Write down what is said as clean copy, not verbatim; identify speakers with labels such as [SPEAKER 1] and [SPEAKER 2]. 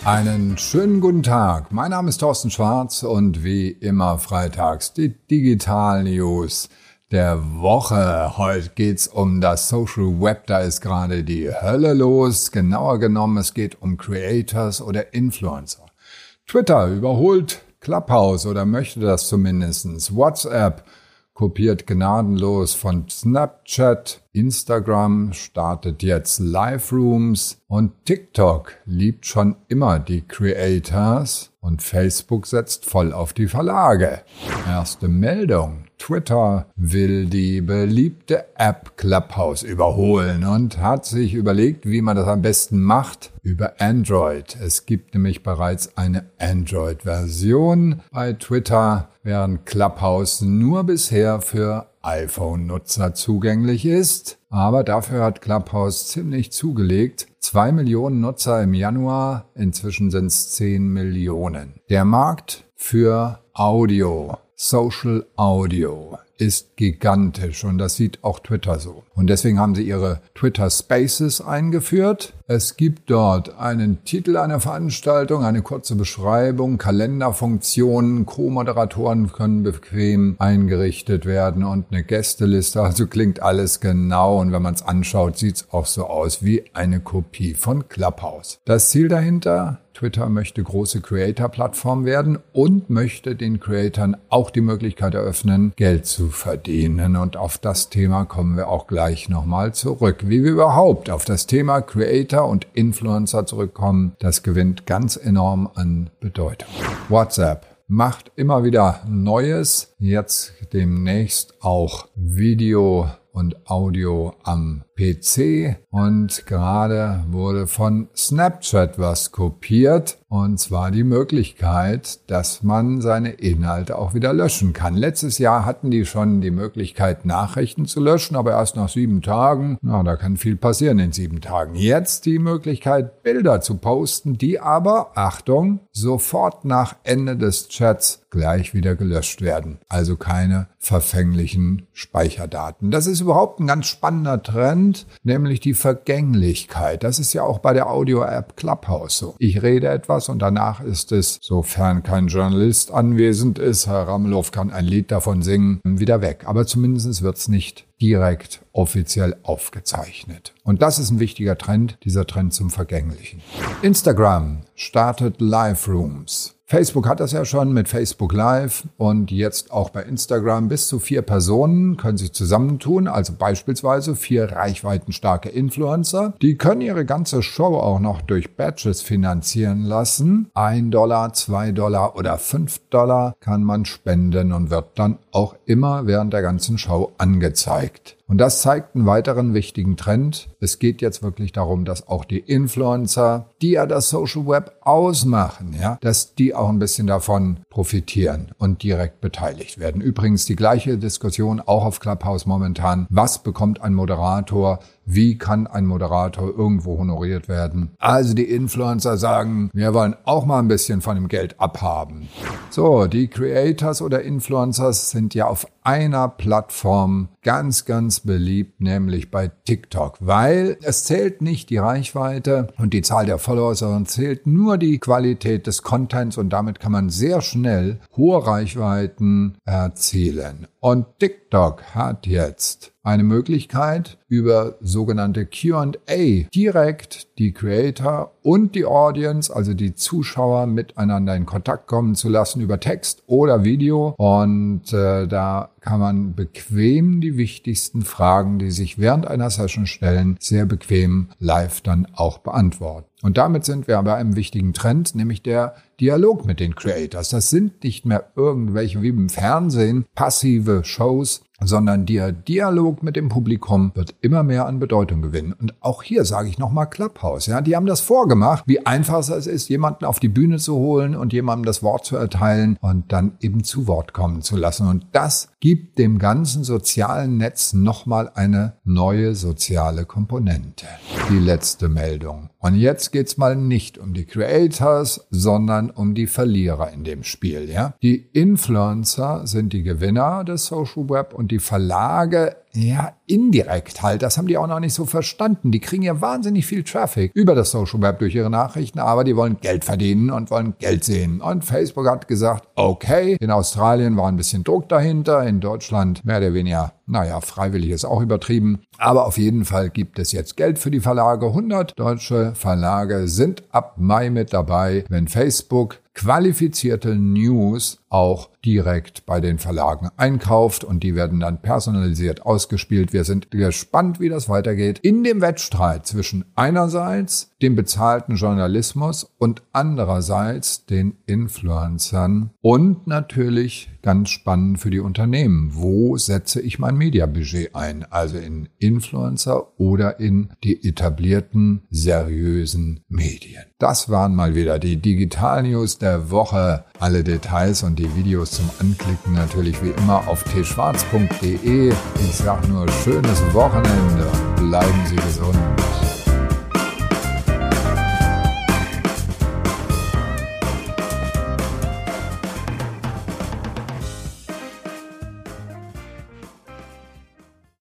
[SPEAKER 1] Einen schönen guten Tag. Mein Name ist Thorsten Schwarz und wie immer freitags die Digital News der Woche. Heute geht's um das Social Web. Da ist gerade die Hölle los. Genauer genommen, es geht um Creators oder Influencer. Twitter überholt Clubhouse oder möchte das zumindest. WhatsApp kopiert gnadenlos von Snapchat. Instagram startet jetzt Live-Rooms und TikTok liebt schon immer die Creators und Facebook setzt voll auf die Verlage. Erste Meldung. Twitter will die beliebte App Clubhouse überholen und hat sich überlegt, wie man das am besten macht, über Android. Es gibt nämlich bereits eine Android-Version bei Twitter, während Clubhouse nur bisher für iPhone-Nutzer zugänglich ist. Aber dafür hat Clubhouse ziemlich zugelegt. 2 Millionen Nutzer im Januar, inzwischen sind es 10 Millionen. Der Markt für Audio, Social Audio, ist gigantisch und das sieht auch Twitter so. Und deswegen haben sie ihre Twitter Spaces eingeführt. Es gibt dort einen Titel einer Veranstaltung, eine kurze Beschreibung, Kalenderfunktionen, Co-Moderatoren können bequem eingerichtet werden und eine Gästeliste. Also klingt alles genau und wenn man es anschaut, sieht es auch so aus wie eine Kopie von Clubhouse. Das Ziel dahinter: Twitter möchte große Creator-Plattform werden und möchte den Creatoren auch die Möglichkeit eröffnen, Geld zu verdienen. Und auf das Thema kommen wir auch gleich nochmal zurück. Wie wir überhaupt auf das Thema Creator und Influencer zurückkommen, das gewinnt ganz enorm an Bedeutung. WhatsApp macht immer wieder Neues. Jetzt demnächst auch Video und Audio am PC und gerade wurde von Snapchat was kopiert und zwar die Möglichkeit, dass man seine Inhalte auch wieder löschen kann. Letztes Jahr hatten die schon die Möglichkeit, Nachrichten zu löschen, aber erst nach 7 Tagen. Na, da kann viel passieren in 7 Tagen. Jetzt die Möglichkeit, Bilder zu posten, die aber, Achtung, sofort nach Ende des Chats gleich wieder gelöscht werden. Also keine verfänglichen Speicherdaten. Das ist überhaupt ein ganz spannender Trend, nämlich die Vergänglichkeit. Das ist ja auch bei der Audio-App Clubhouse so. Ich rede etwas und danach ist es, sofern kein Journalist anwesend ist, Herr Ramelow kann ein Lied davon singen, wieder weg. Aber zumindest wird es nicht direkt offiziell aufgezeichnet. Und das ist ein wichtiger Trend, dieser Trend zum Vergänglichen. Instagram startet Live-Rooms. Facebook hat das ja schon mit Facebook Live und jetzt auch bei Instagram. Bis zu 4 Personen können sich zusammentun, also beispielsweise 4 reichweitenstarke Influencer. Die können ihre ganze Show auch noch durch Badges finanzieren lassen. $1, $2 oder $5 kann man spenden und wird dann auch immer während der ganzen Show angezeigt. Und das zeigt einen weiteren wichtigen Trend. Es geht jetzt wirklich darum, dass auch die Influencer, die ja das Social Web ausmachen, ja, dass die auch ein bisschen davon profitieren und direkt beteiligt werden. Übrigens die gleiche Diskussion auch auf Clubhouse momentan. Was bekommt ein Moderator? Wie kann ein Moderator irgendwo honoriert werden? Also die Influencer sagen, wir wollen auch mal ein bisschen von dem Geld abhaben. So, die Creators oder Influencers sind ja auf einer Plattform ganz, ganz beliebt, nämlich bei TikTok, weil es zählt nicht die Reichweite und die Zahl der Follower, sondern zählt nur die Qualität des Contents und damit kann man sehr schnell hohe Reichweiten erzielen. Und TikTok hat jetzt eine Möglichkeit, über sogenannte Q&A direkt die Creator und die Audience, also die Zuschauer, miteinander in Kontakt kommen zu lassen über Text oder Video. Und da kann man bequem die wichtigsten Fragen, die sich während einer Session stellen, sehr bequem live dann auch beantworten. Und damit sind wir bei einem wichtigen Trend, nämlich der Dialog mit den Creators. Das sind nicht mehr irgendwelche wie im Fernsehen passive Shows, sondern der Dialog mit dem Publikum wird immer mehr an Bedeutung gewinnen. Und auch hier sage ich nochmal Clubhouse. Ja, die haben das vorgemacht, wie einfach es ist, jemanden auf die Bühne zu holen und jemandem das Wort zu erteilen und dann eben zu Wort kommen zu lassen. Und das gibt dem ganzen sozialen Netz nochmal eine neue soziale Komponente. Die letzte Meldung. Und jetzt geht's mal nicht um die Creators, sondern um die Verlierer in dem Spiel. Ja? Die Influencer sind die Gewinner des Social Web und die Verlage ja, indirekt halt. Das haben die auch noch nicht so verstanden. Die kriegen ja wahnsinnig viel Traffic über das Social Web durch ihre Nachrichten, aber die wollen Geld verdienen und wollen Geld sehen. Und Facebook hat gesagt, okay, in Australien war ein bisschen Druck dahinter, in Deutschland mehr oder weniger, freiwillig ist auch übertrieben. Aber auf jeden Fall gibt es jetzt Geld für die Verlage. 100 deutsche Verlage sind ab Mai mit dabei, wenn Facebook qualifizierte News auch direkt bei den Verlagen einkauft und die werden dann personalisiert ausgespielt. Wir sind gespannt, wie das weitergeht in dem Wettstreit zwischen einerseits dem bezahlten Journalismus und andererseits den Influencern und natürlich ganz spannend für die Unternehmen. Wo setze ich mein Mediabudget ein? Also in Influencer oder in die etablierten, seriösen Medien. Das waren mal wieder die Digital-News der Woche. Alle Details und die Videos zum Anklicken natürlich wie immer auf tschwarz.de. Ich sage nur schönes Wochenende. Bleiben Sie gesund.